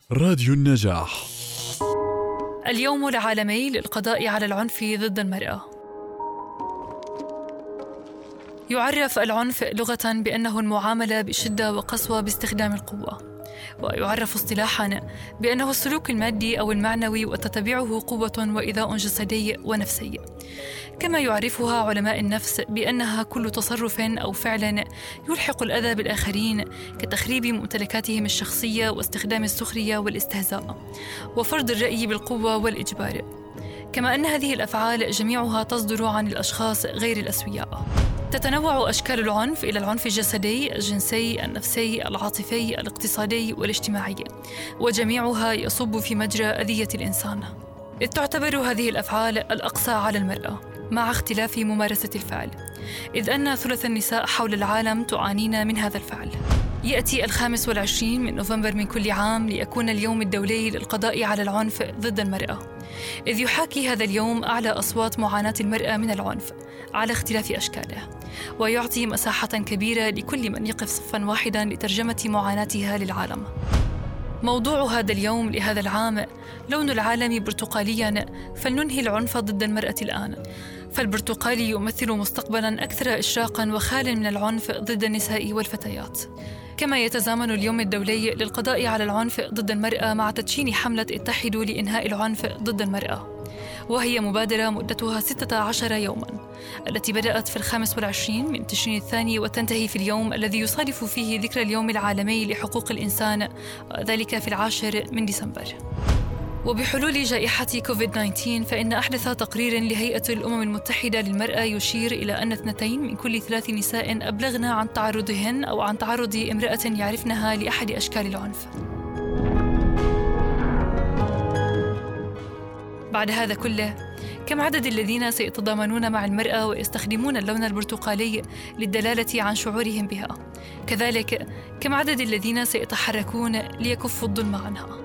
راديو النجاح. اليوم العالمي للقضاء على العنف ضد المرأة. يعرف العنف لغة بأنه المعاملة بشدة وقسوة باستخدام القوة، ويعرف اصطلاحاً بأنه السلوك المادي أو المعنوي وتتبعه قوة وإيذاء جسدي ونفسي. كما يعرفها علماء النفس بأنها كل تصرف أو فعل يلحق الأذى بالآخرين، كتخريب ممتلكاتهم الشخصية واستخدام السخرية والاستهزاء وفرض الرأي بالقوة والإجبار. كما أن هذه الأفعال جميعها تصدر عن الأشخاص غير الأسوياء. تتنوع أشكال العنف إلى العنف الجسدي، الجنسي، النفسي، العاطفي، الاقتصادي والاجتماعي، وجميعها يصب في مجرى أذية الإنسان. إذ تعتبر هذه الأفعال الأقسى على المرأة مع اختلاف ممارسة الفعل، إذ أن ثلث النساء حول العالم تعانين من هذا الفعل. يأتي 25 من نوفمبر من كل عام ليكون اليوم الدولي للقضاء على العنف ضد المرأة، إذ يحاكي هذا اليوم أعلى أصوات معاناة المرأة من العنف على اختلاف أشكاله، ويعطي مساحة كبيرة لكل من يقف صفاً واحداً لترجمة معاناتها للعالم. موضوع هذا اليوم لهذا العام: لون العالم برتقالياً، فلننهي العنف ضد المرأة الآن. فالبرتقال يمثل مستقبلاً أكثر إشراقاً وخال من العنف ضد النساء والفتيات. كما يتزامن اليوم الدولي للقضاء على العنف ضد المرأة مع تدشين حملة اتحدوا لإنهاء العنف ضد المرأة، وهي مبادرة مدتها 16 يوماً، التي بدأت في 25 من تشرين الثاني وتنتهي في اليوم الذي يصادف فيه ذكرى اليوم العالمي لحقوق الإنسان، ذلك في 10 من ديسمبر. وبحلول جائحة كوفيد-19، فإن أحدث تقرير لهيئة الأمم المتحدة للمرأة يشير إلى أن 2 من كل 3 نساء أبلغن عن تعرضهن أو عن تعرض امرأة يعرفنها لأحد أشكال العنف. بعد هذا كله، كم عدد الذين سيتضامنون مع المرأة ويستخدمون اللون البرتقالي للدلالة عن شعورهم بها؟ كذلك كم عدد الذين سيتحركون ليكفوا الظلم عنها؟